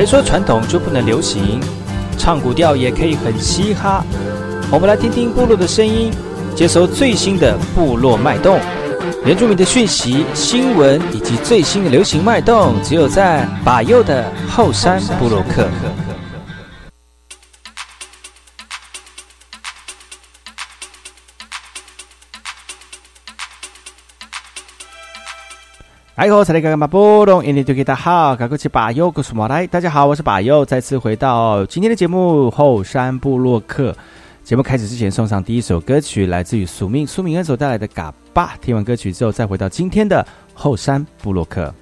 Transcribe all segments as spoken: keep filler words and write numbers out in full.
谁说传统就不能流行？唱古调也可以很嘻哈。我们来听听部落的声音，接收最新的部落脉动、原住民的讯息、新闻以及最新的流行脉动，只有在把右的后山部落客。哎呦，才来干嘛不懂？印尼对给大家好，赶快去把右告诉我来。大家好，我是把右，再次回到今天的节目后山部落客。节目开始之前，送上第一首歌曲，来自于苏命苏明恩所带来的《嘎巴》。听完歌曲之后，再回到今天的后山部落客。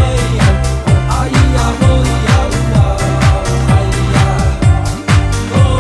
Oh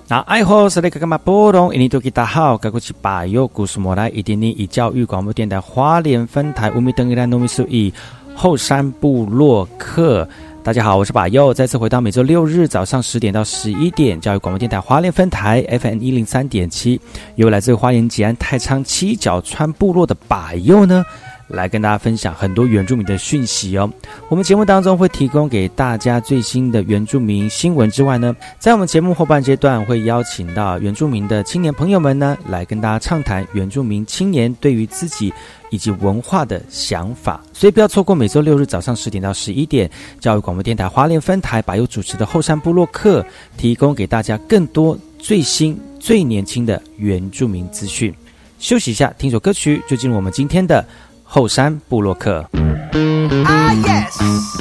那爱好是那个干嘛波动？印尼多吉大好，该过去把右故事莫来，一点点以教育广播电台花莲分台五米等一兰农民数以后山部落客。大家好，我是把右，再次回到每周六日早上十点到十一点，教育广播电台花莲分台 F M 一零三点七，由来自花莲吉安太仓七角川部落的把右呢，来跟大家分享很多原住民的讯息哦。我们节目当中会提供给大家最新的原住民新闻之外呢，在我们节目后半阶段会邀请到原住民的青年朋友们呢，来跟大家畅谈原住民青年对于自己以及文化的想法，所以不要错过每周六日早上十点到十一点，教育广播电台花莲分台把佑主持的后山部落客，提供给大家更多最新最年轻的原住民资讯。休息一下，听首歌曲，就进入我们今天的后山部落客。 Ah yes.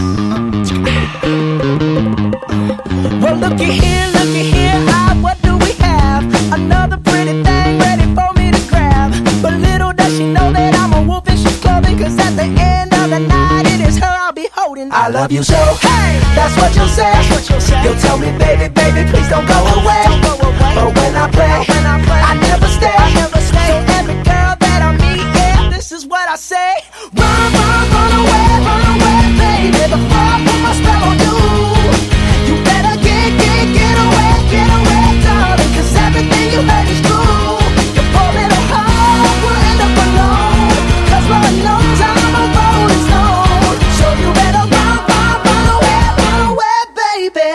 Well, looky here, looky here. Ah, what do we have? Another pretty thing ready for me to grab. But little does she know that I'm a wolf in sheep's clothing. 'Cause at the end of the night, it is her I'll be holding. I love you so. Hey, that's what you'll say. That's what you'll say. You'll tell me, baby, baby, please don't go away. Don't go away. But when I play, when I play, I never stay. I never stay. So every girl that I meet, yeah, this is what I say. Run, run, run away, run away, baby. Before I put my spell on you, you better get, get, get away, get away, darling. 'Cause everything you heard is true. Your poor little heart will end up alone. 'Cause Lord knows I'm a rolling stone. So you better run, run, run away, run away, baby.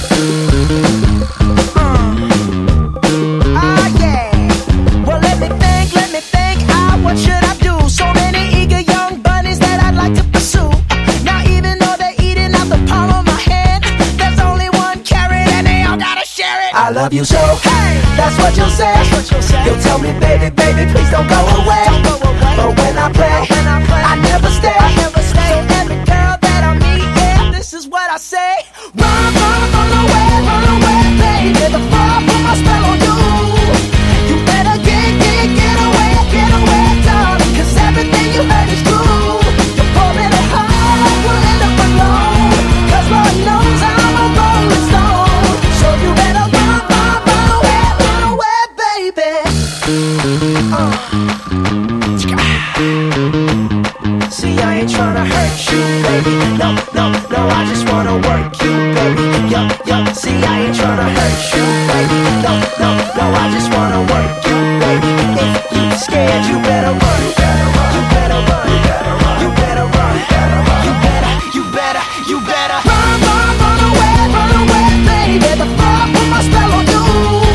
Uh. Ah, yeah. Well, let me think, let me think. Ah, what should I do? So many eager young bunnies that I'd like to pursue. Now even though they're eating out the palm of my hand, there's only one carrot and they all gotta share it. I love you so. Hey, that's what you'll say. That's what you'll say. You'll tell me, baby, baby, please don't go away. Don't go away. But when I play, when I play, I never stay. I never stay. So every girl that I meet, yeah, this is what I say. Run, run, run away, run away, baby. Before I put my spell on you, you better get, get, get away, get away, darling. 'Cause everything you heard is true. Your poor little heart will end up alone. 'Cause Lord knows I'm a rolling stone. So you better run, run, run away, run away, baby. Uh. See, I ain't tryna hurt you, baby. No, no, no, I just wanna work you, baby. Yo, yo, see, I ain't tryna hurt you, baby. No, no, no, I just wanna work you, baby. If you scared, you better run. You better run. You better run. You better, you better, you better run, run, run away, run away, baby. Before I put my spell on you,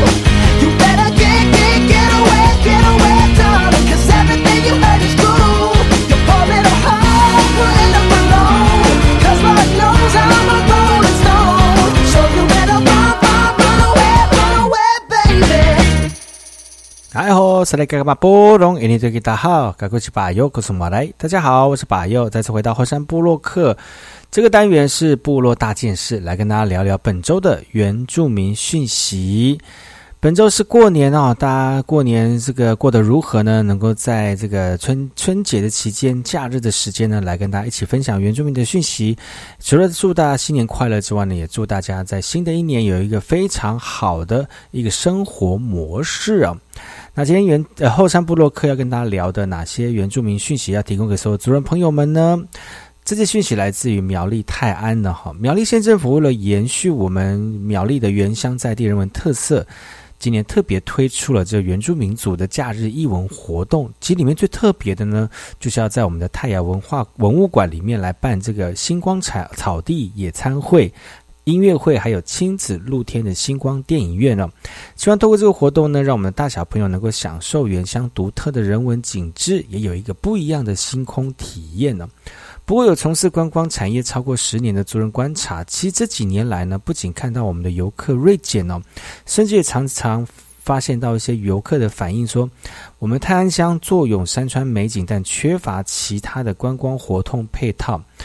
you better get, get, get away, get away, darling. 'Cause everything you heard is true. Your poor little heart will end up alone. 'Cause Lord knows I'm a rolling stone. So you better run, run, run away, run away, baby. 嗨吼，是来干嘛波隆？印尼多吉大好，该过去把右告诉马来。大家好，我是把右，再次回到后山部落客。这个单元是部落大件事，来跟大家聊聊本周的原住民讯息。本周是过年哦，大家过年这个过得如何呢？能够在这个春春节的期间、假日的时间呢，来跟大家一起分享原住民的讯息。除了祝大家新年快乐之外呢，也祝大家在新的一年有一个非常好的一个生活模式啊。那今天原呃后山部落客要跟大家聊的哪些原住民讯息要提供给所有族人朋友们呢？这些讯息来自于苗栗泰安的哈，苗栗县政府为了延续我们苗栗的原乡在地人文特色，今年特别推出了这个原住民族的假日艺文活动。其实里面最特别的呢，就是要在我们的泰雅文化文物馆里面来办这个星光草草地野餐会、音乐会，还有亲子露天的星光电影院呢。希望透过这个活动呢，让我们的大小朋友能够享受原乡独特的人文景致，也有一个不一样的星空体验呢。不过有从事观光产业超过十年的族人观察，其实这几年来呢，不仅看到我们的游客锐减哦，甚至也常常发现到一些游客的反映说，我们泰安乡坐拥山川美景，但缺乏其他的观光活动配套。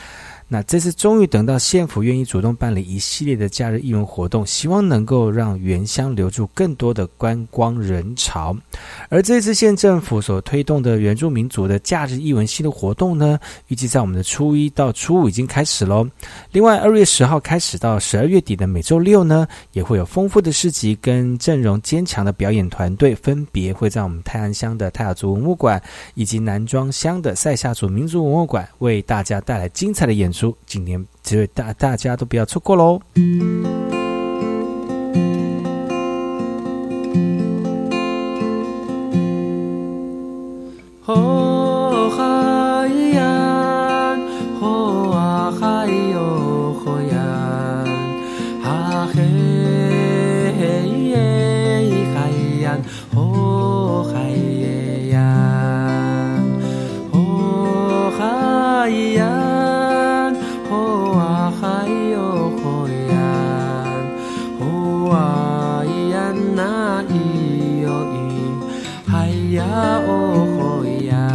那这次终于等到县府愿意主动办理一系列的假日艺文活动，希望能够让原乡留住更多的观光人潮。而这次县政府所推动的原住民族的假日艺文系列活动呢，预计在我们的初一到初五已经开始咯。另外二月十号开始到十二月底的每周六呢，也会有丰富的市集跟阵容坚强的表演团队，分别会在我们泰安乡的泰雅族文物馆以及南庄乡的赛夏族民族文物馆为大家带来精彩的演出。今年只有大大家都不要错过咯。 吼海洋，吼啊海哟吼呀，哈嘿嘿海洋，吼海耶呀，吼海洋。呀哦吼呀，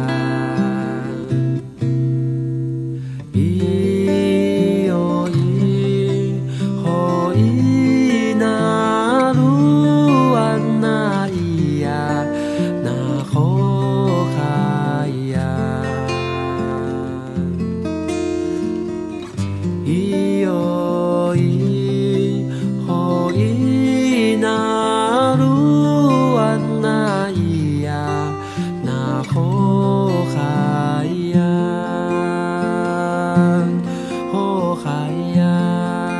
咿哟咿，吼咿那鲁啊那咿呀，那吼哈呀，咿哟咿，吼咿那鲁啊那咿。吼海洋，吼海洋。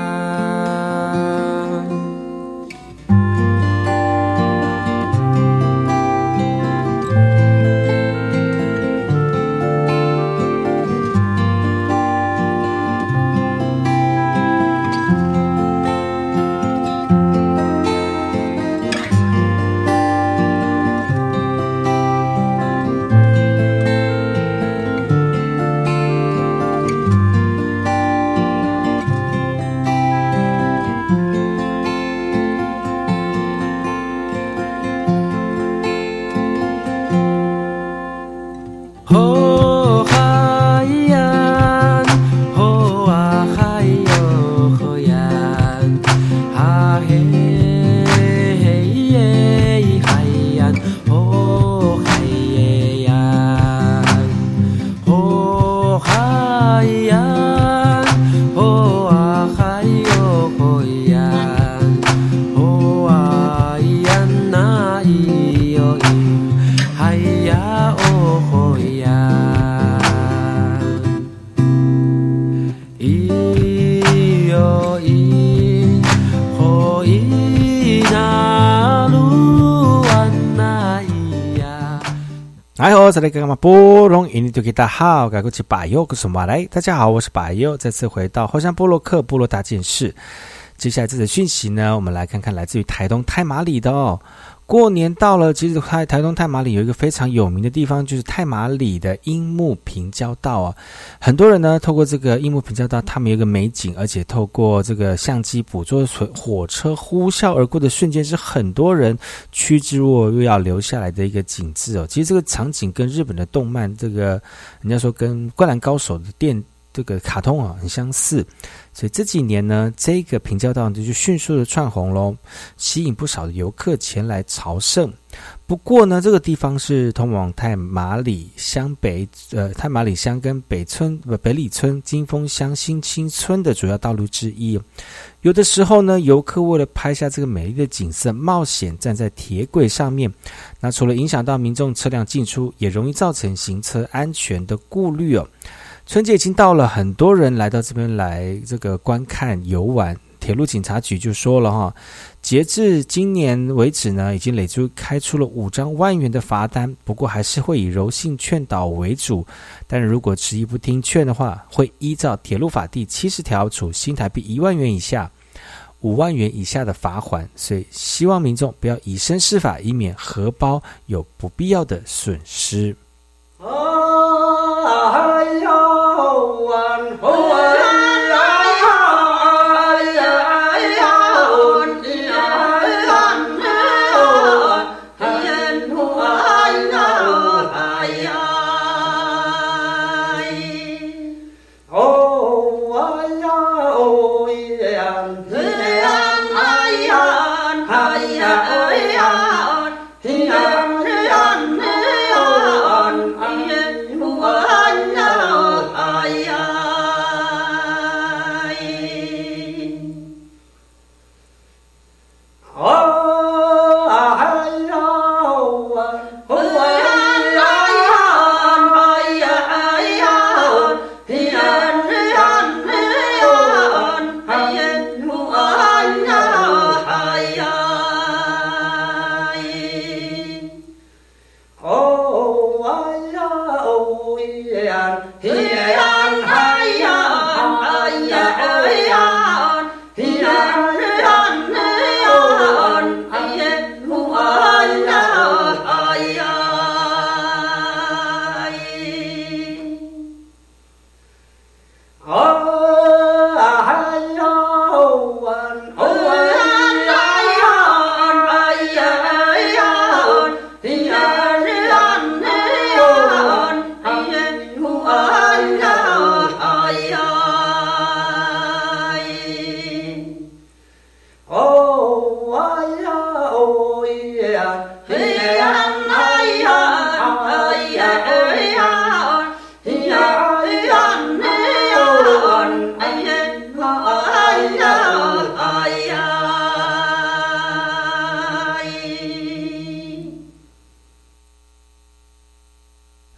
嗨吼，这里干嘛波隆印尼多吉大好，改过去巴佑，我是马来。大家好，我是巴佑，再次回到后山部落客部落大件事。接下来这则讯息呢，我们来看看来自于台东太麻里的哦。过年到了，其实台台东太麻里有一个非常有名的地方，就是太麻里的樱木平交道啊。很多人呢，透过这个樱木平交道，他们有一个美景，而且透过这个相机捕捉火车呼啸而过的瞬间，是很多人趋之若鹜要留下来的一个景致哦。其实这个场景跟日本的动漫，这个人家说跟《灌篮高手》的电这个卡通啊很相似。所以这几年呢，这个平交道就迅速的窜红咯，吸引不少的游客前来朝圣。不过呢，这个地方是通往太麻里乡北呃太麻里乡跟北村不北里村、金峰乡、新青村的主要道路之一。有的时候呢，游客为了拍下这个美丽的景色，冒险站在铁轨上面，那除了影响到民众车辆进出，也容易造成行车安全的顾虑哦。春节已经到了，很多人来到这边来这个观看游玩。铁路警察局就说了哈，截至今年为止呢，已经累计开出了五张万元的罚单，不过还是会以柔性劝导为主。但如果执意不听劝的话，会依照铁路法第七十条处新台币一万元以下、五万元以下的罚款。所以希望民众不要以身试法，以免荷包有不必要的损失。 Oh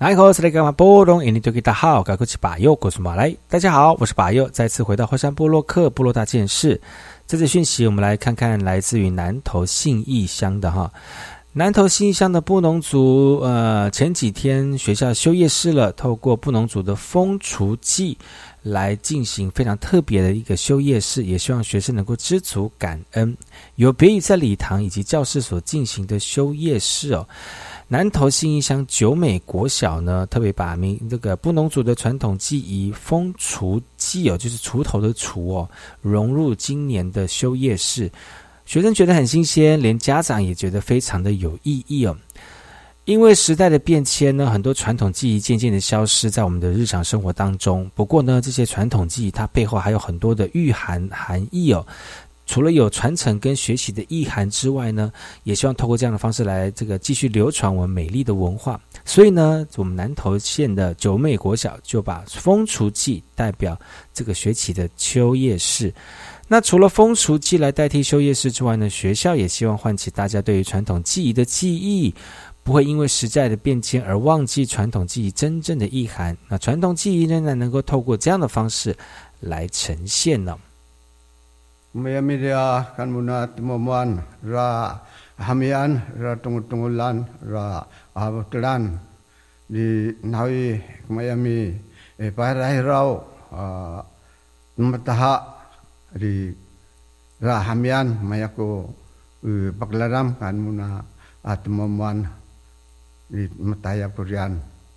来好，是来干嘛？波隆印尼多吉大好，赶快去把右，我是马来。大家好，我是把右，再次回到后山部落克部落大件事。这次讯息，我们来看看来自于南投信义乡的哈。南投信义乡的布农族，呃，前几天学校休夜市了，透过布农族的风除祭来进行非常特别的一个休夜市，也希望学生能够知足感恩。有别于在礼堂以及教室所进行的休夜市哦。南投信义乡九美国小呢，特别把民这个布农族的传统技艺风除祭哦，就是锄头的锄哦，融入今年的休夜市，学生觉得很新鲜，连家长也觉得非常的有意义哦。因为时代的变迁呢，很多传统技艺渐渐的消失在我们的日常生活当中。不过呢，这些传统技艺它背后还有很多的寓含含义哦。除了有传承跟学习的意涵之外呢，也希望透过这样的方式来这个继续流传我们美丽的文化。所以呢，我们南投县的九美国小就把风除祭代表这个学期的秋夜市。那除了风除祭来代替休夜市之外呢，学校也希望唤起大家对于传统技艺的记忆，不会因为时代的变迁而忘记传统技艺真正的意涵。那传统技艺仍然能够透过这样的方式来呈现呢。 Mayamidia kan muna tumuman ra hamian ra tungutungulan ra abutlan di nawi mayami e parai rau mataha di ra hamian mayako baglaram kan muna atumuman di mataya purian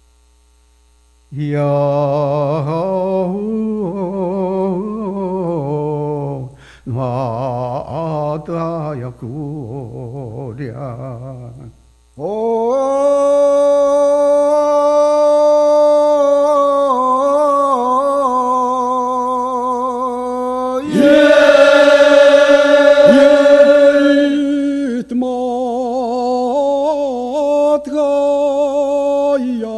yo Mata Yakurian Oh Yeah Yeah Tmat Gaya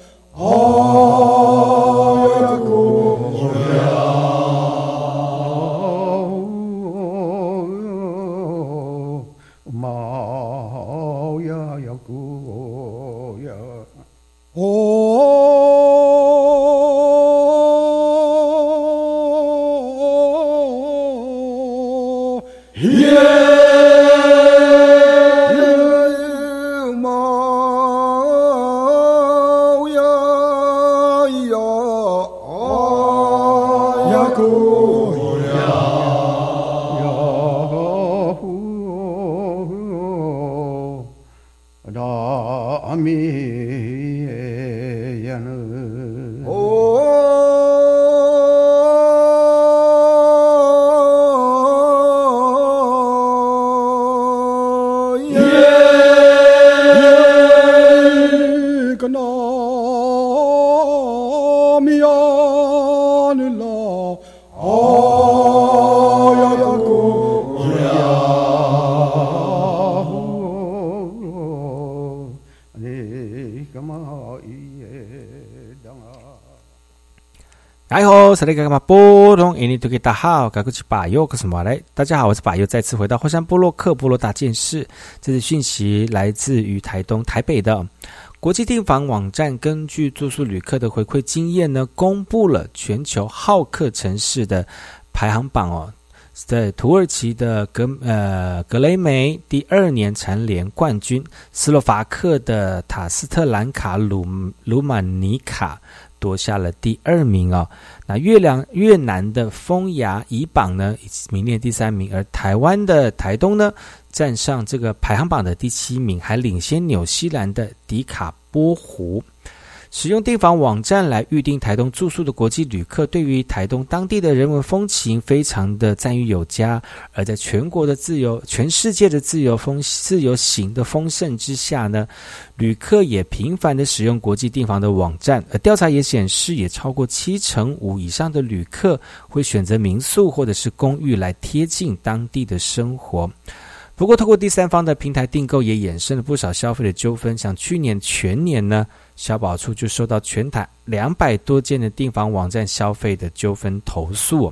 哎吼，是那个嘛波隆印尼多吉大好，赶快去把右，可是马来。大家好，我是把右，再次回到后山部落克部落大件事。这次讯息来自于台东台北的国际订房网站，根据住宿旅客的回馈经验呢，公布了全球好客城市的排行榜哦。在土耳其的格呃格雷梅第二年蝉联冠军，斯洛伐克的塔斯特兰卡鲁鲁满尼卡夺下了第二名哦。那越南越南的风雅乙榜呢，名列第三名，而台湾的台东呢，站上这个排行榜的第七名，还领先纽西兰的迪卡波湖。使用订房网站来预订台东住宿的国际旅客，对于台东当地的人文风情非常的赞誉有加。而在全国的自由、全世界的自由风、自由行的丰盛之下呢，旅客也频繁的使用国际订房的网站。而调查也显示，也超过七成五以上的旅客会选择民宿或者是公寓来贴近当地的生活。不过透过第三方的平台订购也衍生了不少消费的纠纷，像去年全年呢，消保处就收到全台两百多件的订房网站消费的纠纷投诉。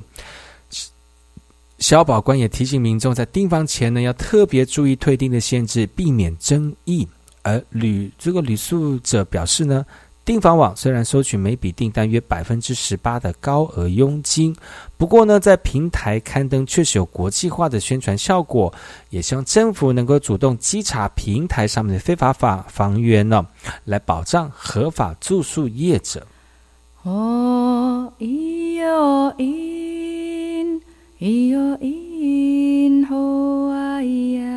消保官也提醒民众在订房前呢，要特别注意退订的限制，避免争议。而旅这个旅宿者表示呢， 订房网虽然收取每笔订单约百分之十八的高额佣金，不过呢，在平台刊登确实有国际化的宣传效果，也希望政府能够主动稽查平台上面的非法法房源呢，来保障合法住宿业者。 哦，咿哟咿，咿哟咿，吼啊咿呀，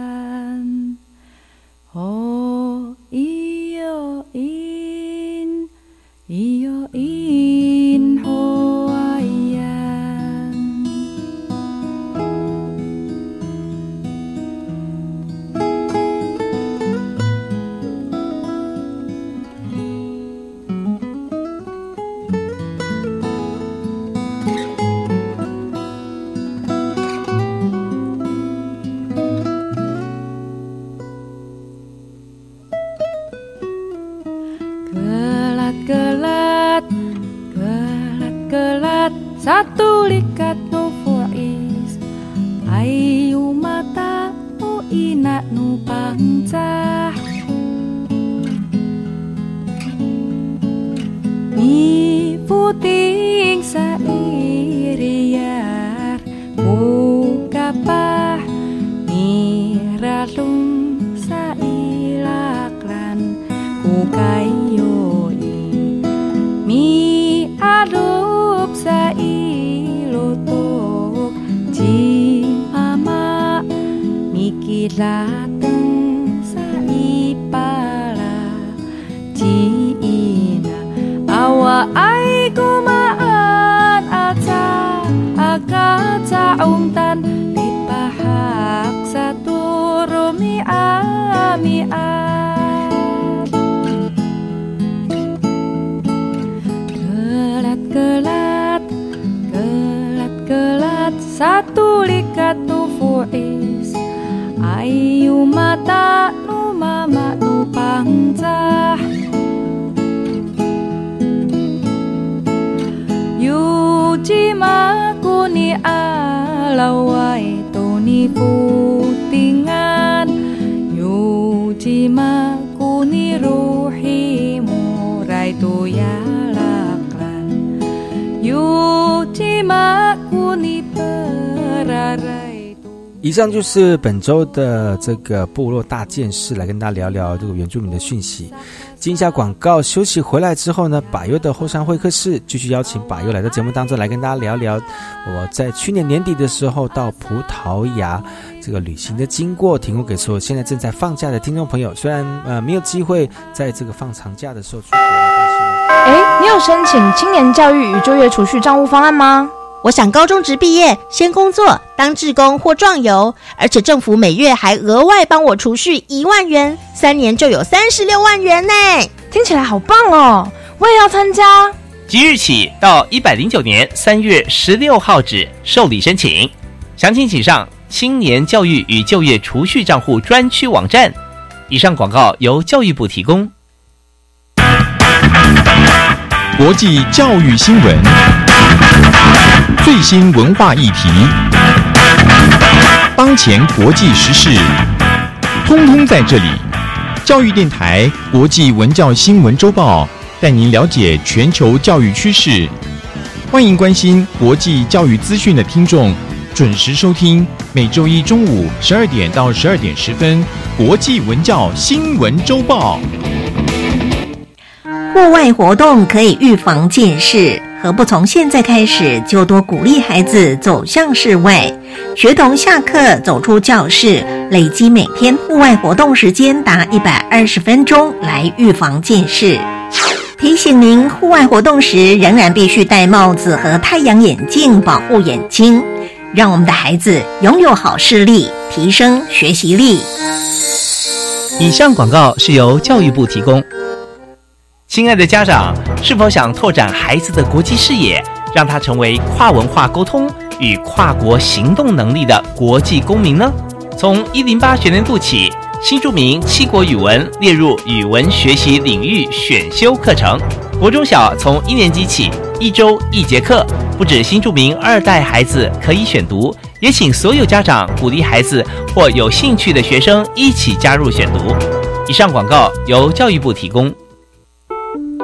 哦，咿哟咿，咿哟咿，吼啊咿呀。Satu likat nu fuis ayu mata nu ina nu pangcah ni puting sa iriyar mukapah ni ralung sa ilaklan kukayo mi adup sa ilotok ji mama mikilateng sa ipala ji ina awa ay kumaan atsa agad sa ungtan lipahak sa turumi amian Kelat, kelat, kelat, satu likat nu fuis ayu mata nu mama nu pangcah yuji maku ni alawai tu ni putingan yuji maku ni ruhi murai tu ya 以上就是本周的这个部落大件事，来跟大家聊聊这个原住民的讯息。进一下广告，休息回来之后呢，把佑的后山会客室继续邀请把佑来到节目当中来跟大家聊聊我在去年年底的时候到葡萄牙这个旅行的经过，提供给所有现在正在放假的听众朋友。虽然呃没有机会在这个放长假的时候出国，但是哎，你有申请青年教育与就业储蓄账户方案吗？ 我想高中职毕业先工作当志工或壮游，而且政府每月还额外帮我储蓄一万元，三年就有三十六万元呢， 听起来好棒哦！我也要参加。 即日起到一百零九年三月十六号止受理申请，详情请上青年教育与就业储蓄账户专区网站。以上广告由教育部提供。 国际教育新闻，最新文化议题，当前国际时事，通通在这里。教育电台国际文教新闻周报带您了解全球教育趋势。欢迎关心国际教育资讯的听众准时收听每周一中午十二点到十二点十分国际文教新闻周报。 户外活动可以预防近视，何不从现在开始就多鼓励孩子走向室外，学童下课走出教室，累积每天户外活动时间达一百二十分钟，来预防近视。提醒您，户外活动时仍然必须戴帽子和太阳眼镜保护眼睛，让我们的孩子拥有好视力，提升学习力。 以上广告是由教育部提供。亲爱的家长，是否想拓展孩子的国际视野，让他成为跨文化沟通与跨国行动能力的国际公民呢？从一零八学年度起，新住民七国语文列入语文学习领域选修课程。国中小从一年级起，一周一节课，不止新住民二代孩子可以选读，也请所有家长鼓励孩子或有兴趣的学生一起加入选读。以上广告由教育部提供。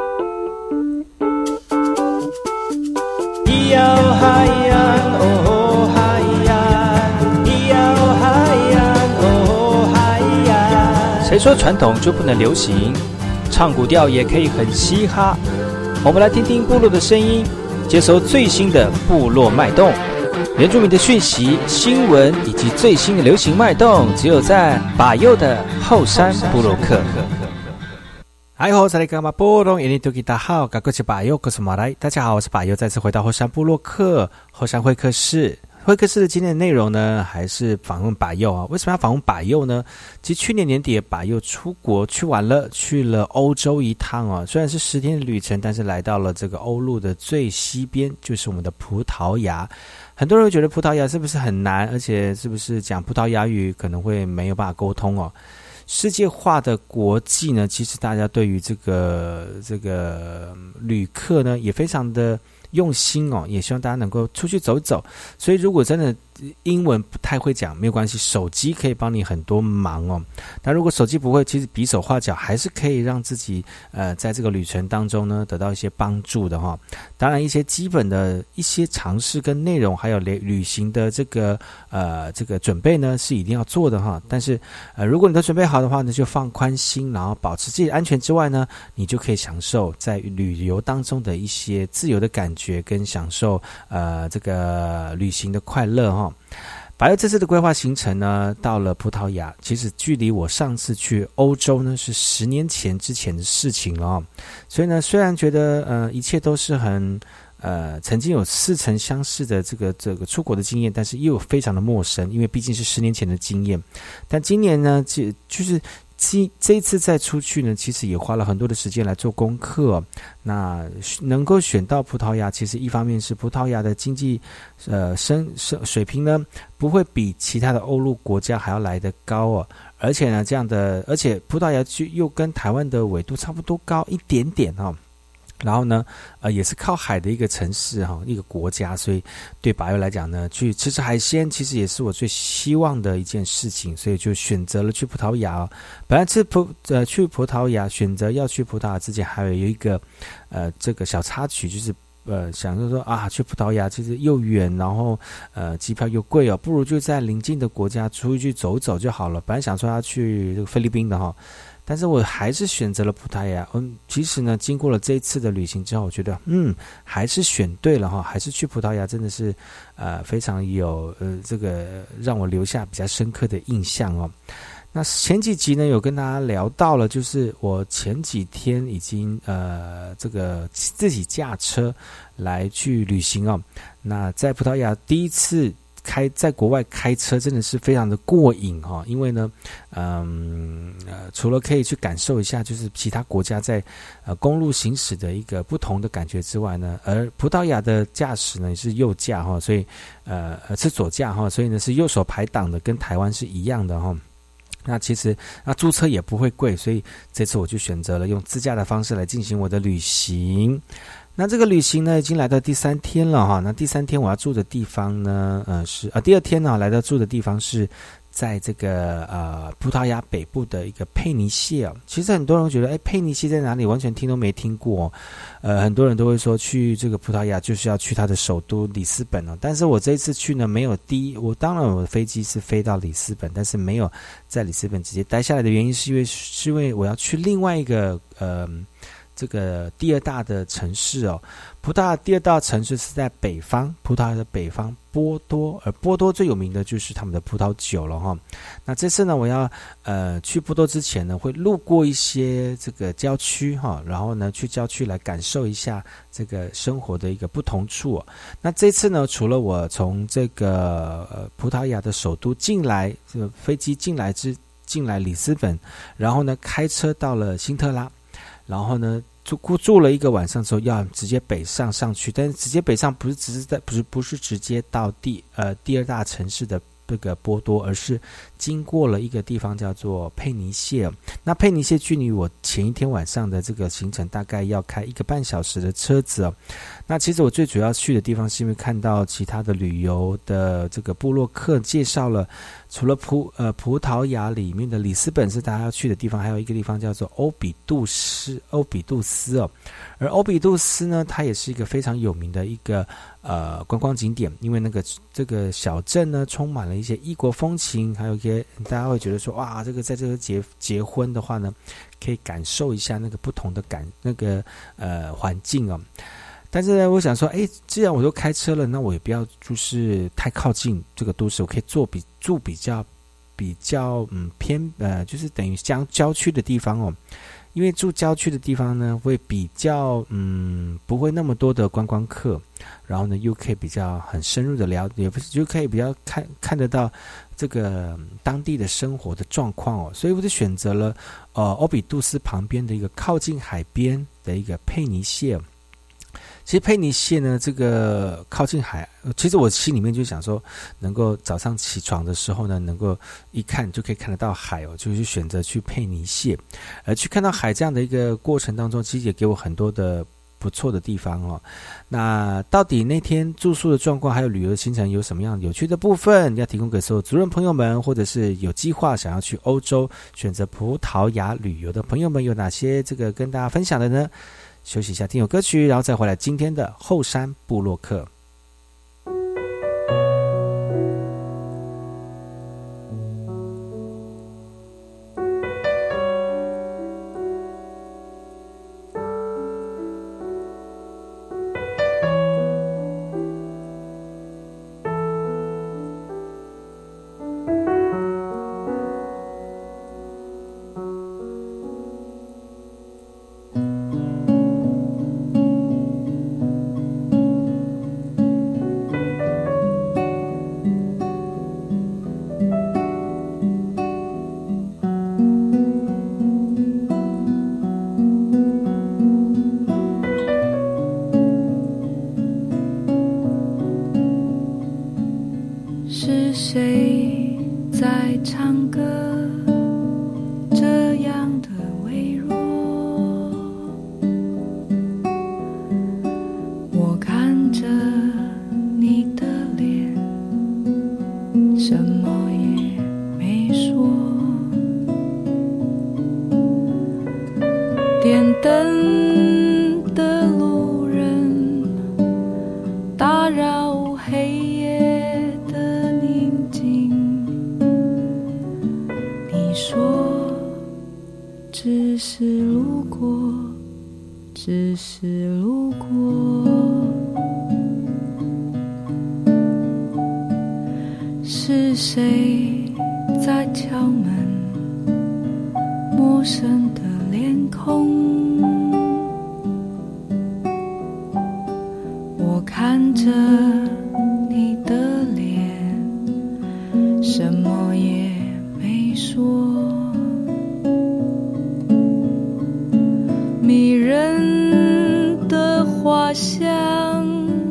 咿呀哦嗨呀哦嗨呀，咿呀哦嗨呀哦嗨呀。谁说传统就不能流行？唱古调也可以很嘻哈。我们来听听部落的声音，接收最新的部落脉动。原住民的讯息、新闻以及最新的流行脉动，只有在把右的后山部落克。嗨吼，在干嘛？波隆，印尼多吉大号，赶过去把右，我是马来。大家好，我是把右，再次回到后山部落克后山会客室。会客室的今天的内容呢，还是访问把右啊？为什么要访问把右呢？其实去年年底，把右出国去玩了，去了欧洲一趟啊。虽然是十天的旅程，但是来到了这个欧陆的最西边，就是我们的葡萄牙。很多人会觉得葡萄牙是不是很难，而且是不是讲葡萄牙语可能会没有办法沟通哦？世界化的国际呢，其实大家对于这个这个旅客呢，也非常的用心哦，也希望大家能够出去走走。所以如果真的英文不太会讲，没有关系，手机可以帮你很多忙哦。但如果手机不会，其实比手画脚还是可以让自己呃在这个旅程当中呢得到一些帮助的哈、哦。当然，一些基本的一些常识跟内容，还有旅旅行的这个呃这个准备呢是一定要做的哈。但是呃如果你都准备好的话呢，就放宽心，然后保持自己的安全之外呢，你就可以享受在旅游当中的一些自由的感觉，跟享受呃这个旅行的快乐哈、哦。把右这次的规划行程呢，到了葡萄牙，其实距离我上次去欧洲呢是十年前之前的事情了哦。所以呢，虽然觉得呃一切都是很呃曾经有似曾相识的这个这个出国的经验，但是又有非常的陌生，因为毕竟是十年前的经验。但今年呢，就就是这这一次再出去呢，其实也花了很多的时间来做功课、哦。那能够选到葡萄牙，其实一方面是葡萄牙的经济呃生生水平呢，不会比其他的欧陆国家还要来得高哦。而且呢，这样的，而且葡萄牙又跟台湾的纬度差不多高一点点哈、哦。然后呢，呃，也是靠海的一个城市哈，一个国家，所以对把右来讲呢，去吃吃海鲜，其实也是我最希望的一件事情，所以就选择了去葡萄牙、哦。本来吃葡呃去葡萄牙，选择要去葡萄牙之前，还有一个呃这个小插曲，就是呃想说说啊，去葡萄牙其实又远，然后呃机票又贵哦，不如就在邻近的国家出去走走就好了。本来想说要去这个菲律宾的哈、哦。但是我还是选择了葡萄牙。嗯，其实呢，经过了这一次的旅行之后，我觉得，嗯，还是选对了哈，还是去葡萄牙真的是，呃，非常有呃这个让我留下比较深刻的印象哦。那前几集呢，有跟大家聊到了，就是我前几天已经呃这个自己驾车来去旅行哦。那在葡萄牙第一次开在国外开车真的是非常的过瘾哈、哦，因为呢，嗯呃，除了可以去感受一下就是其他国家在呃公路行驶的一个不同的感觉之外呢，而葡萄牙的驾驶呢是右驾哈、哦，所以呃是左驾哈、哦，所以呢是右手排挡的，跟台湾是一样的哈、哦。那其实那租车也不会贵，所以这次我就选择了用自驾的方式来进行我的旅行。那这个旅行呢，已经来到第三天了哈。那第三天我要住的地方呢，呃是啊，第二天呢来到住的地方是在这个呃葡萄牙北部的一个佩尼谢哦。其实很多人会觉得，哎，佩尼谢在哪里？完全听都没听过、哦。呃，很多人都会说去这个葡萄牙就是要去它的首都里斯本哦。但是我这一次去呢，没有第一，我当然我的飞机是飞到里斯本，但是没有在里斯本直接待下来的原因，是因为是因为我要去另外一个呃。这个第二大的城市哦，葡萄牙第二大城市是在北方，葡萄牙的北方波多，而波多最有名的就是他们的葡萄酒了哈。那这次呢，我要呃去波多之前呢，会路过一些这个郊区哈，然后呢去郊区来感受一下这个生活的一个不同处、哦。那这次呢，除了我从这个呃葡萄牙的首都进来，这个飞机进来之进来里斯本，然后呢开车到了辛特拉。然后呢，住住了一个晚上之后，要直接北上上去，但是直接北上不是只是在不是不是直接到第呃第二大城市的这个波多，而是经过了一个地方叫做佩尼谢。那佩尼谢距离我前一天晚上的这个行程大概要开一个半小时的车子哦。那其实我最主要去的地方是因为看到其他的旅游的这个部落客介绍了除了葡呃葡萄牙里面的里斯本是大家要去的地方，还有一个地方叫做欧比杜斯欧比杜斯哦。而欧比杜斯呢，它也是一个非常有名的一个呃观光景点，因为那个这个小镇呢充满了一些异国风情，还有一些大家会觉得说哇，这个在这个结结婚的话呢，可以感受一下那个不同的感那个呃环境哦。但是呢，我想说，哎，既然我都开车了，那我也不要就是太靠近这个都市，我可以坐比住比较比较嗯偏呃，就是等于郊郊区的地方哦。因为住郊区的地方呢，会比较嗯不会那么多的观光客，然后呢又可以比较很深入的了解，也不是就可以比较看看得到这个当地的生活的状况哦。所以我就选择了呃欧比杜斯旁边的一个靠近海边的一个佩尼谢。其实佩尼谢呢，这个靠近海，其实我心里面就想说，能够早上起床的时候呢，能够一看就可以看得到海哦，就去选择去佩尼谢。而去看到海这样的一个过程当中，其实也给我很多的不错的地方哦。那到底那天住宿的状况还有旅游的行程有什么样有趣的部分，要提供给所有族人朋友们，或者是有计划想要去欧洲选择葡萄牙旅游的朋友们，有哪些这个跟大家分享的呢？休息一下，听首歌曲，然后再回来今天的后山部落客。 是谁在唱歌？这样的微弱，我看着你的脸，什么也没说。点灯的路人打扰黑夜的宁静，你说只是路过，只是路过。是谁在敲门？陌生的脸孔，我看着你的脸，什么也没说。迷人的花香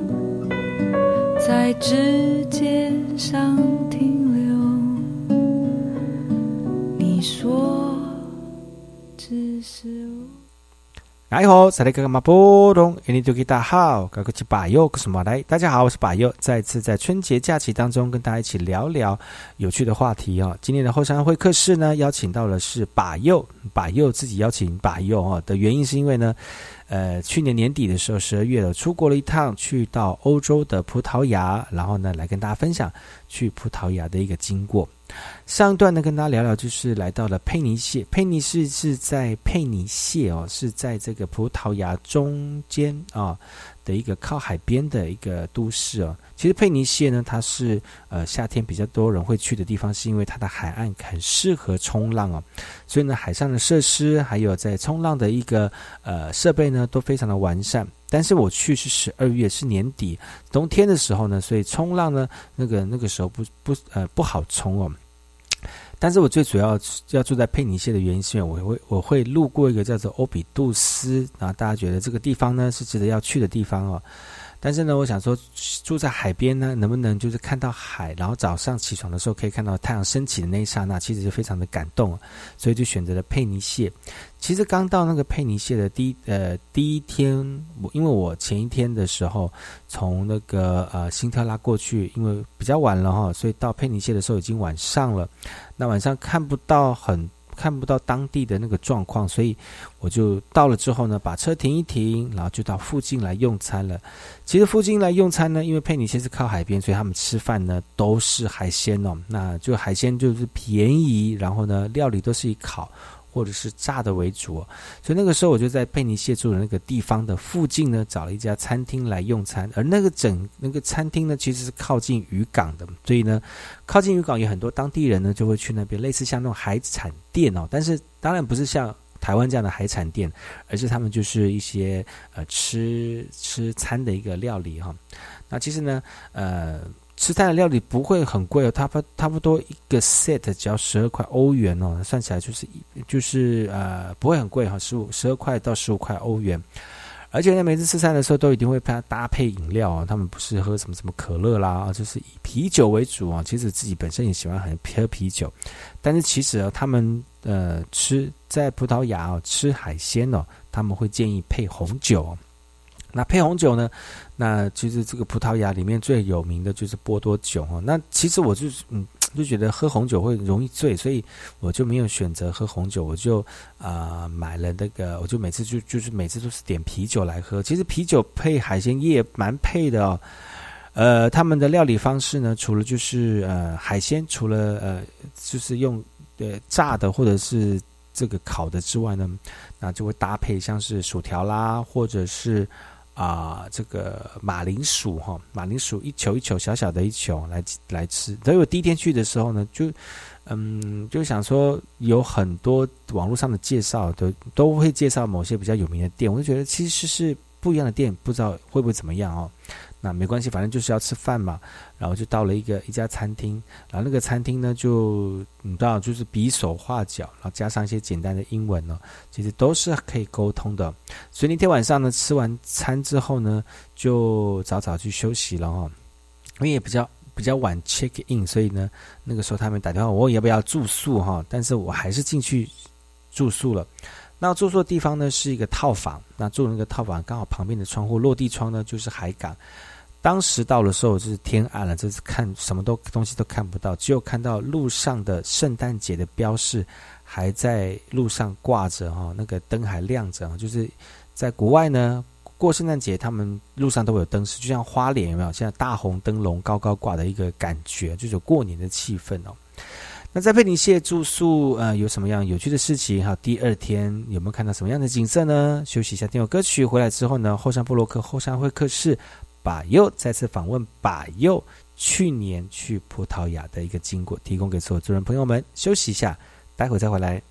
在指尖上停留，你说只是哎吼，萨利格马波隆，印尼多吉大好，高克奇巴佑，克什马来，大家好，我是巴佑，再次在春节假期当中跟大家一起聊聊有趣的话题哦。今天的后山会客室呢，邀请到的是巴佑，巴佑自己邀请巴佑哦的原因是因为呢，呃，去年年底的时候，十二月了，出国了一趟，去到欧洲的葡萄牙，然后呢，来跟大家分享去葡萄牙的一个经过。上一段呢，跟大家聊聊，就是来到了佩尼谢。佩尼是是在佩尼谢哦，是在这个葡萄牙中间啊、哦、的一个靠海边的一个都市哦。其实佩尼谢呢，它是呃夏天比较多人会去的地方，是因为它的海岸很适合冲浪哦，所以呢，海上的设施还有在冲浪的一个呃设备呢，都非常的完善。但是我去是十二月，是年底冬天的时候呢，所以冲浪呢，那个那个时候不不呃不好冲哦。但是我最主要要住在佩尼谢的原因，是因为我会我会路过一个叫做欧比杜斯，然后大家觉得这个地方呢是值得要去的地方哦。 但是呢，我想说住在海边呢，能不能就是看到海，然后早上起床的时候可以看到太阳升起的那一刹那，其实就非常的感动，所以就选择了佩尼谢。其实刚到那个佩尼谢的第一呃第一天，我因为我前一天的时候从那个呃辛特拉过去，因为比较晚了哈，所以到佩尼谢的时候已经晚上了。那晚上看不到很看不到当地的那个状况，所以我就到了之后呢，把车停一停，然后就到附近来用餐了。其实附近来用餐呢，因为佩尼谢是靠海边，所以他们吃饭呢都是海鲜哦。那就海鲜就是便宜，然后呢料理都是以烤或者是炸的为主哦。所以那个时候我就在佩尼谢住的那个地方的附近呢，找了一家餐厅来用餐。而那个整那个餐厅呢，其实是靠近渔港的，所以呢，靠近渔港有很多当地人呢就会去那边，类似像那种海产店哦。但是当然不是像台湾这样的海产店，而是他们就是一些呃吃吃餐的一个料理哈、哦。那其实呢，呃。吃餐的料理不会很贵哦，差不差不多一个 set 只要十二块欧元哦，算起来就是就是呃不会很贵哈，十五十二块到十五块欧元。而且呢，每次吃餐的时候都一定会搭配饮料哦，他们不是喝什么什么可乐啦，就是以啤酒为主啊。其实自己本身也喜欢很喝啤酒，但是其实、啊、他们呃吃在葡萄牙哦吃海鲜哦，他们会建议配红酒、哦。那配红酒呢？那其实这个葡萄牙里面最有名的就是波多酒哦。那其实我就是嗯就觉得喝红酒会容易醉，所以我就没有选择喝红酒，我就啊、呃、买了那个，我就每次就就是每次都是点啤酒来喝。其实啤酒配海鲜也蛮配的哦。呃，他们的料理方式呢，除了就是呃海鲜，除了呃就是用呃炸的或者是这个烤的之外呢，那就会搭配像是薯条啦，或者是啊、呃，这个马铃薯哈，马铃薯一球一球小小的一球来来吃。所以我第一天去的时候呢，就嗯就想说有很多网络上的介绍都都会介绍某些比较有名的店，我就觉得其实是不一样的店，不知道会不会怎么样哦。那没关系，反正就是要吃饭嘛。然后就到了一个一家餐厅，然后那个餐厅呢，就你知道，就是比手画脚，然后加上一些简单的英文呢，其实都是可以沟通的。所以那天晚上呢，吃完餐之后呢，就早早去休息了哦，因为也比较比较晚 check in， 所以呢，那个时候他们打电话问我要不要住宿哈，但是我还是进去住宿了。那住宿的地方呢是一个套房，那住的那个套房刚好旁边的窗户落地窗呢就是海港。当时到的时候就是天暗了，就是看什么都东西都看不到，只有看到路上的圣诞节的标示还在路上挂着哈，那个灯还亮着，就是在国外呢过圣诞节他们路上都会有灯饰，就像花莲有没有现在大红灯笼高高挂的一个感觉，就是有过年的气氛哦。那在佩尼谢住宿呃有什么样有趣的事情，还有第二天有没有看到什么样的景色呢？休息一下听首歌曲，回来之后呢，后山部落客后山会客室把佑再次访问把佑去年去葡萄牙的一个经过，提供给所有主人朋友们。休息一下，待会再回来。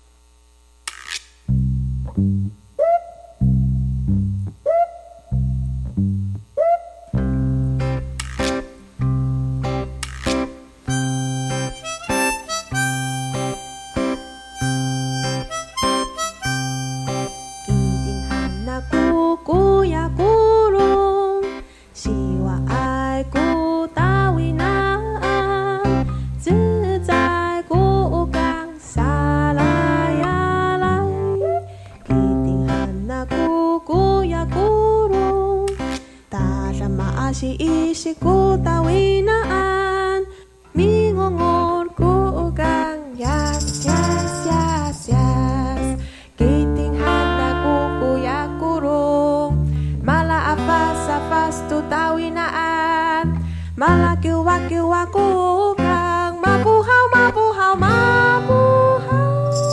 si isi ku tawinaan mingongor ku kang yas yas yas yas kiting handa ku kuya kurung mala afas afas tu tawinaan mala kiwa kiwa ku kang mabuhaw mabuhaw mabuhaw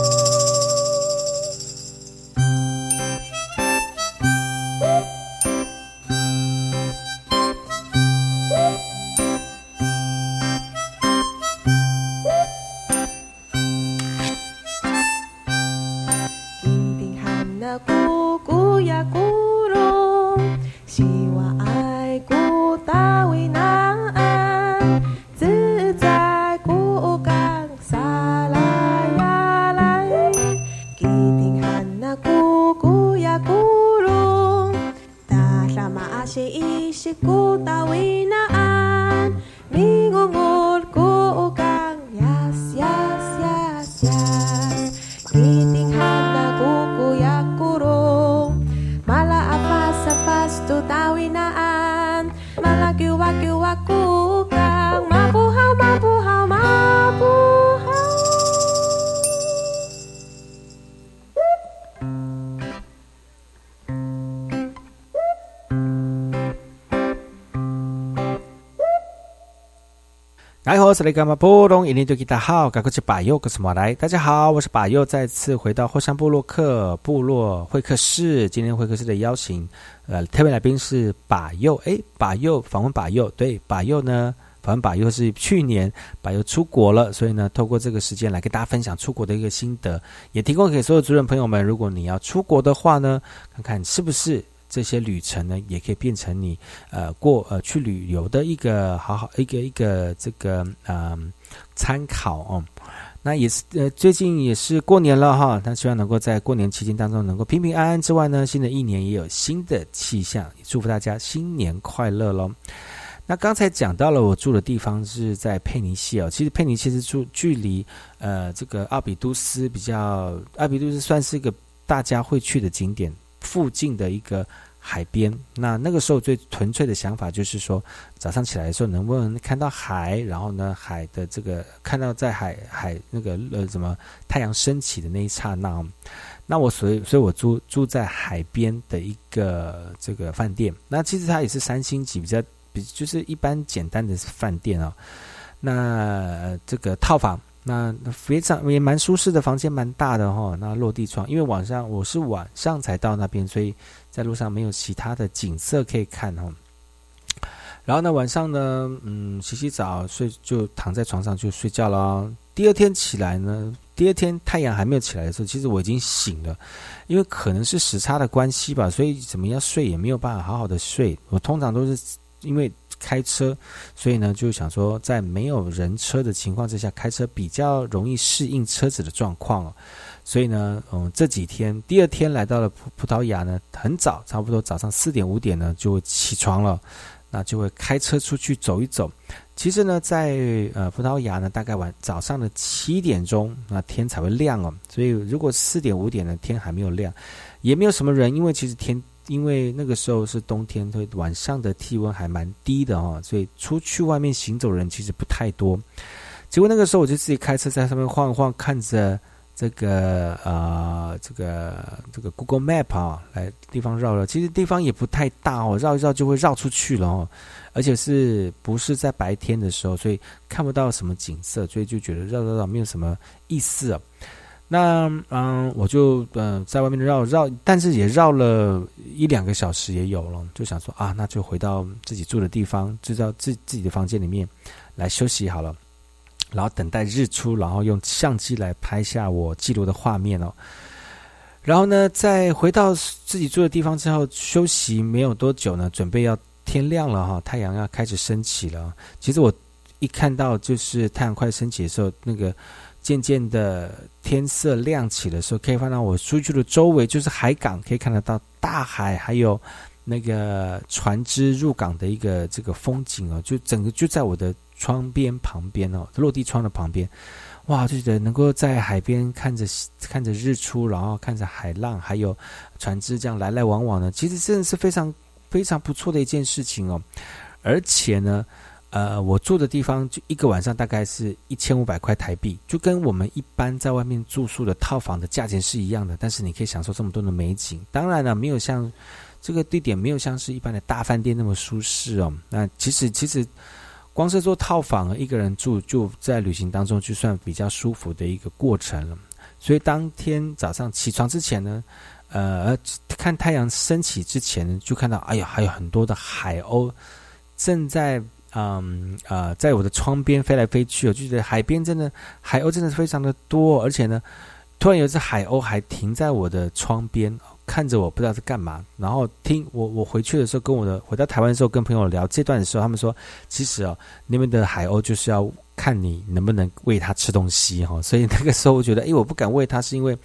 ku kuya kurung siwa ai ku tawinaan zi ku tawinaan mingungol ku kang yas yas yas yas kitinghan na kukuyak kurong mala apas apas tu tawinaan mala kiwak kiwak ku kang mabuhaw mabuhaw mabuhaw 来好，是那个嘛波隆，一年就给大家好，赶快去把右，我是马来。大家好，我是把右，再次回到后山部落客部落会客室。今天会客室的邀请，呃，特别来宾是把右，诶，把右访问把右，对，把右呢，访问把右是去年把右出国了，所以呢，透过这个时间来跟大家分享出国的一个心得，也提供给所有族人朋友们，如果你要出国的话呢，看看是不是。这些旅程呢，也可以变成你呃过呃去旅游的一个好好一个一个这个呃参考哦。那也是呃最近也是过年了哈，那希望能够在过年期间当中能够平平安安之外呢，新的一年也有新的气象，也祝福大家新年快乐咯。那刚才讲到了我住的地方是在佩尼西哦，其实佩尼西是住距离呃这个阿比都斯比较，阿比都斯算是一个大家会去的景点。附近的一个海边，那那个时候最纯粹的想法就是说，早上起来的时候能不能看到海，然后呢，海的这个看到在海海那个呃什么太阳升起的那一刹那，那我所以所以我住住在海边的一个这个饭店，那其实它也是三星级，比较比就是一般简单的饭店啊、哦，那、呃、这个套房。那非常也蛮舒适的房间，蛮大的哈。那落地窗，因为晚上我是晚上才到那边，所以在路上没有其他的景色可以看哈。然后呢，晚上呢，嗯，洗洗澡，睡就躺在床上就睡觉了。第二天起来呢，第二天太阳还没有起来的时候，其实我已经醒了，因为可能是时差的关系吧，所以怎么样睡也没有办法好好的睡。我通常都是因为。开车，所以呢就想说，在没有人车的情况之下，开车比较容易适应车子的状况哦。所以呢，嗯，这几天第二天来到了葡葡萄牙呢，很早，差不多早上四点五点呢就会起床了，那就会开车出去走一走。其实呢，在呃葡萄牙呢，大概晚早上的七点钟，那天才会亮哦。所以如果四点五点呢，天还没有亮，也没有什么人，因为其实天。因为那个时候是冬天，所以晚上的气温还蛮低的哦，所以出去外面行走人其实不太多。结果那个时候我就自己开车在上面晃一晃，看着这个呃这个这个 Google Map 啊，来地方绕绕。其实地方也不太大哦，绕一绕就会绕出去了哦，而且是不是在白天的时候，所以看不到什么景色，所以就觉得绕绕绕没有什么意思啊。那嗯，我就呃在外面绕绕，但是也绕了一两个小时也有了，就想说啊，那就回到自己住的地方，就到自自己的房间里面来休息好了，然后等待日出，然后用相机来拍下我记录的画面哦。然后呢，在回到自己住的地方之后，休息没有多久呢，准备要天亮了哈，太阳要开始升起了。其实我一看到就是太阳快升起的时候，那个。渐渐的天色亮起的时候，可以看到我出去的周围就是海港，可以看得到大海，还有那个船只入港的一个这个风景哦，就整个就在我的窗边旁边哦，落地窗的旁边，哇，就觉得能够在海边看着看着日出，然后看着海浪，还有船只这样来来往往的，其实真的是非常非常不错的一件事情哦，而且呢。呃，我住的地方就一个晚上大概是一千五百块台币，就跟我们一般在外面住宿的套房的价钱是一样的，但是你可以享受这么多的美景。当然了，没有像这个地点没有像是一般的大饭店那么舒适哦。那其实其实光是做套房一个人住，就在旅行当中就算比较舒服的一个过程了。所以当天早上起床之前呢，呃，看太阳升起之前呢，就看到哎呀，还有很多的海鸥正在。嗯呃，在我的窗边飞来飞去，我就觉得海边真的海鸥真的是非常的多，而且呢，突然有一只海鸥还停在我的窗边，看着我不知道是干嘛。然后听我我回去的时候，跟我的回到台湾的时候，跟朋友聊这段的时候，他们说，其实哦，那边的海鸥就是要看你能不能喂它吃东西哈、哦。所以那个时候我觉得，哎，我不敢喂它，是因为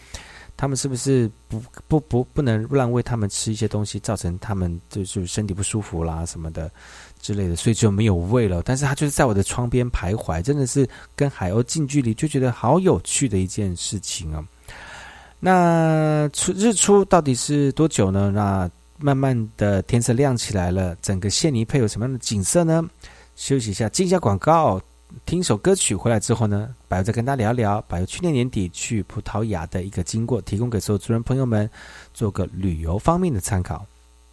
他们是不是不不不不能让喂他们吃一些东西，造成他们就是身体不舒服啦什么的之类的，所以就没有喂了。但是他就是在我的窗边徘徊，真的是跟海鸥近距离，就觉得好有趣的一件事情啊。那出日出到底是多久呢？那慢慢的天色亮起来了，整个谢尼佩有什么样的景色呢？休息一下，进一下广告，听首歌曲，回来之后呢，百佑再跟大家聊聊百佑去年年底去葡萄牙的一个经过，提供给所有族人朋友们做个旅游方面的参考。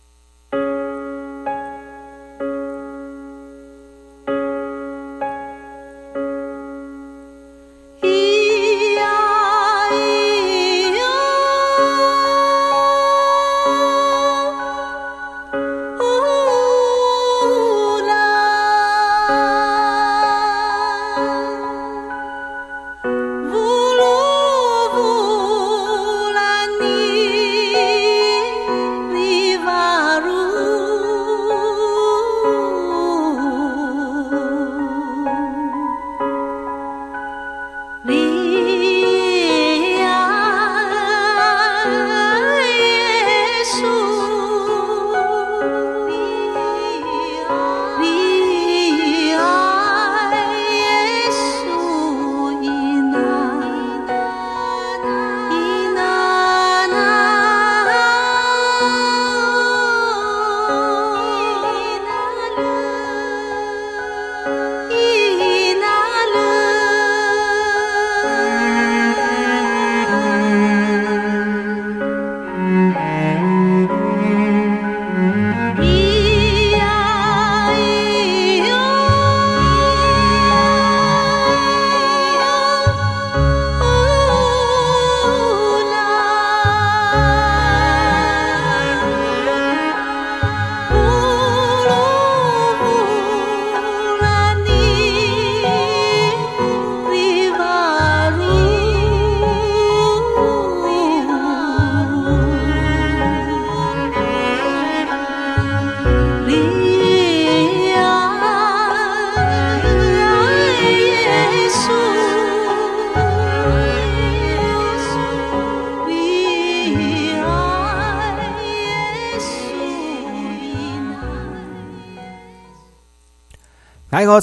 大家好，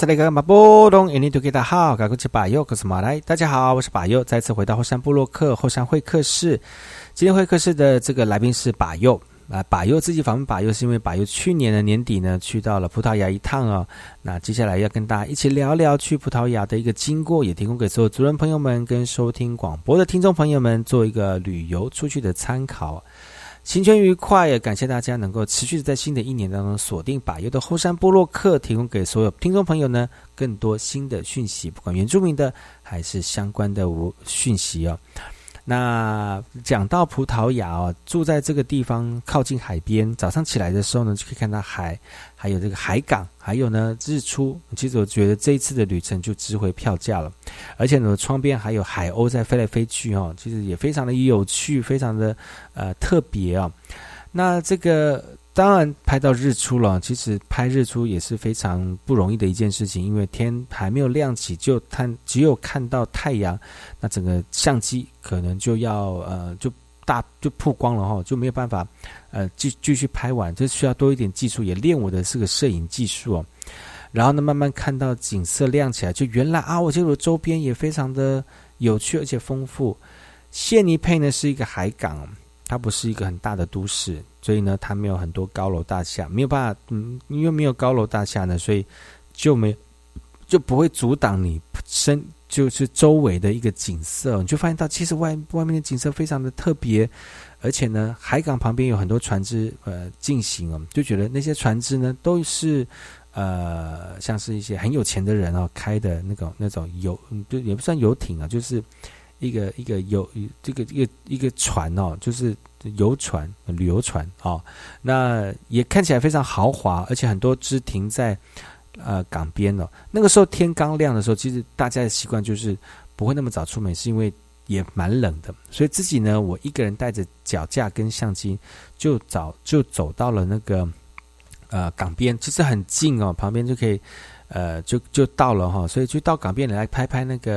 我是把佑，再次回到后山部落客后山会客室。今天会客室的这个来宾是把佑啊，把佑自己访问把佑是因为把佑去年的年底呢去到了葡萄牙一趟哦。那接下来要跟大家一起聊聊去葡萄牙的一个经过，也提供给所有族人朋友们跟收听广播的听众朋友们做一个旅游出去的参考。新春愉快，也感谢大家能够持续在新的一年当中锁定把佑的后山部落客，提供给所有听众朋友呢更多新的讯息，不管原住民的还是相关的讯息哦。那讲到葡萄牙哦，住在这个地方靠近海边，早上起来的时候呢就可以看到海，还有这个海港，还有呢日出。其实我觉得这一次的旅程就值回票价了，而且呢窗边还有海鸥在飞来飞去哦，其实也非常的有趣，非常的呃特别哦。那这个当然拍到日出了，其实拍日出也是非常不容易的一件事情，因为天还没有亮起就看只有看到太阳，那整个相机可能就要呃就大就曝光了齁，就没有办法呃继继续拍完，这需要多一点技术，也练我的是个摄影技术哦。然后呢慢慢看到景色亮起来，就原来啊我觉得我周边也非常的有趣而且丰富。谢尼佩呢是一个海港，它不是一个很大的都市，所以呢它没有很多高楼大厦，没有办法嗯因为没有高楼大厦呢，所以就没就不会阻挡你身就是周围的一个景色，你就发现到其实外外面的景色非常的特别，而且呢海港旁边有很多船只呃进行哦，就觉得那些船只呢都是呃像是一些很有钱的人哦开的那种那种游就也不算游艇啊，就是一个一个游这个一个一个船哦，就是游船旅游船哦，那也看起来非常豪华，而且很多只停在呃港边哦。那个时候天刚亮的时候，其实大家的习惯就是不会那么早出门，是因为也蛮冷的，所以自己呢我一个人带着脚架跟相机就早就走到了那个呃港边，其实很近哦，旁边就可以呃就就到了哈、哦，所以就到港边来拍拍那个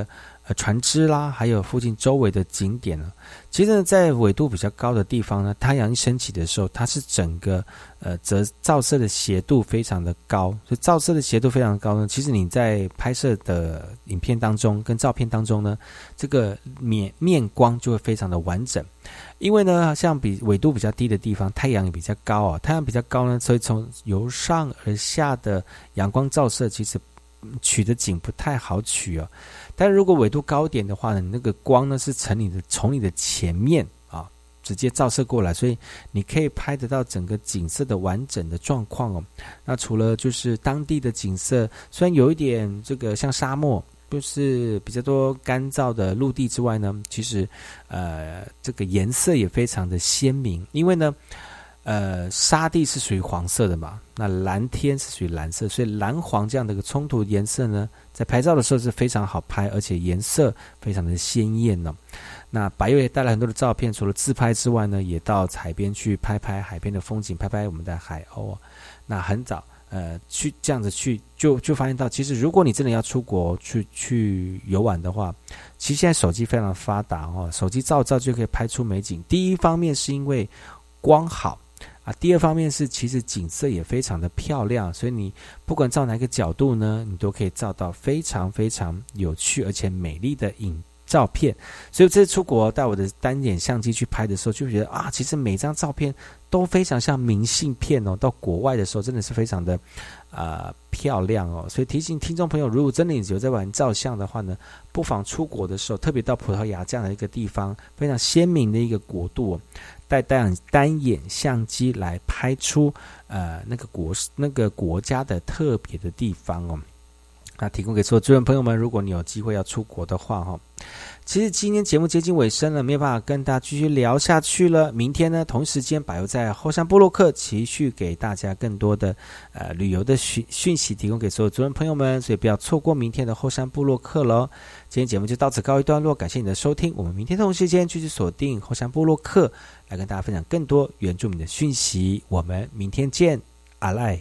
呃船只啦，还有附近周围的景点呢。其实呢，在纬度比较高的地方呢，太阳一升起的时候，它是整个呃折照射的斜度非常的高，所以照射的斜度非常高呢，其实你在拍摄的影片当中跟照片当中呢，这个面面光就会非常的完整。因为呢，像比纬度比较低的地方，太阳也比较高啊，太阳比较高呢，所以从由上而下的阳光照射，其实取的景不太好取哦。但是如果纬度高一点的话呢，你那个光呢是从你的从你的前面啊直接照射过来，所以你可以拍得到整个景色的完整的状况哦。那除了就是当地的景色，虽然有一点这个像沙漠，就是比较多干燥的陆地之外呢，其实呃这个颜色也非常的鲜明，因为呢呃沙地是属于黄色的嘛，那蓝天是属于蓝色，所以蓝黄这样的一个冲突颜色呢，在拍照的时候是非常好拍，而且颜色非常的鲜艳呢。那百佑也带了很多的照片，除了自拍之外呢，也到海边去拍拍海边的风景，拍拍我们的海鸥。那很早呃去这样子去就就发现到，其实如果你真的要出国去去游玩的话，其实现在手机非常发达哦，手机照照就可以拍出美景。第一方面是因为光好啊，第二方面是其实景色也非常的漂亮，所以你不管照哪个角度呢，你都可以照到非常非常有趣而且美丽的影照片。所以这次出国带我的单眼相机去拍的时候，就觉得啊，其实每张照片都非常像明信片哦。到国外的时候真的是非常的呃漂亮哦。所以提醒听众朋友，如果真的有在玩照相的话呢，不妨出国的时候，特别到葡萄牙这样的一个地方，非常鲜明的一个国度哦，带单单眼相机来拍出呃那个国那个国家的特别的地方哦。那提供给所有志愿朋友们，如果你有机会要出国的话哈，其实今天节目接近尾声了，没有办法跟大家继续聊下去了。明天呢，同时间百佑在后山部落客持续给大家更多的呃旅游的讯讯息，提供给所有志愿朋友们，所以不要错过明天的后山部落客喽。今天节目就到此告一段落，感谢你的收听，我们明天同时间继续锁定后山部落客，来跟大家分享更多原住民的讯息。我们明天见，阿赖。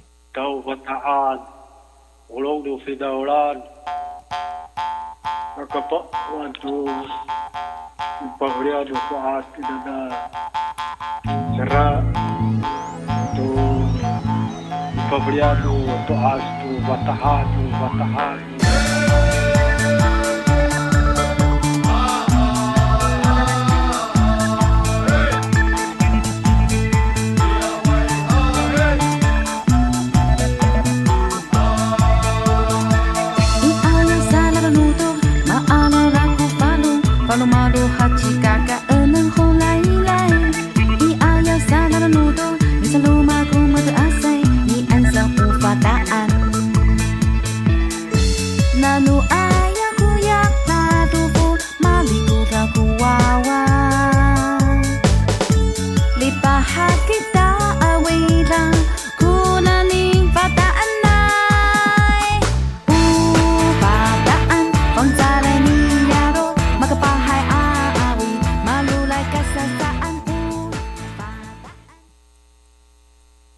Ulong du fidaulan Nakapak Wantu Paglia du Faat Dada Sera Tu Paglia du Tuas tu Bataha tu Bataha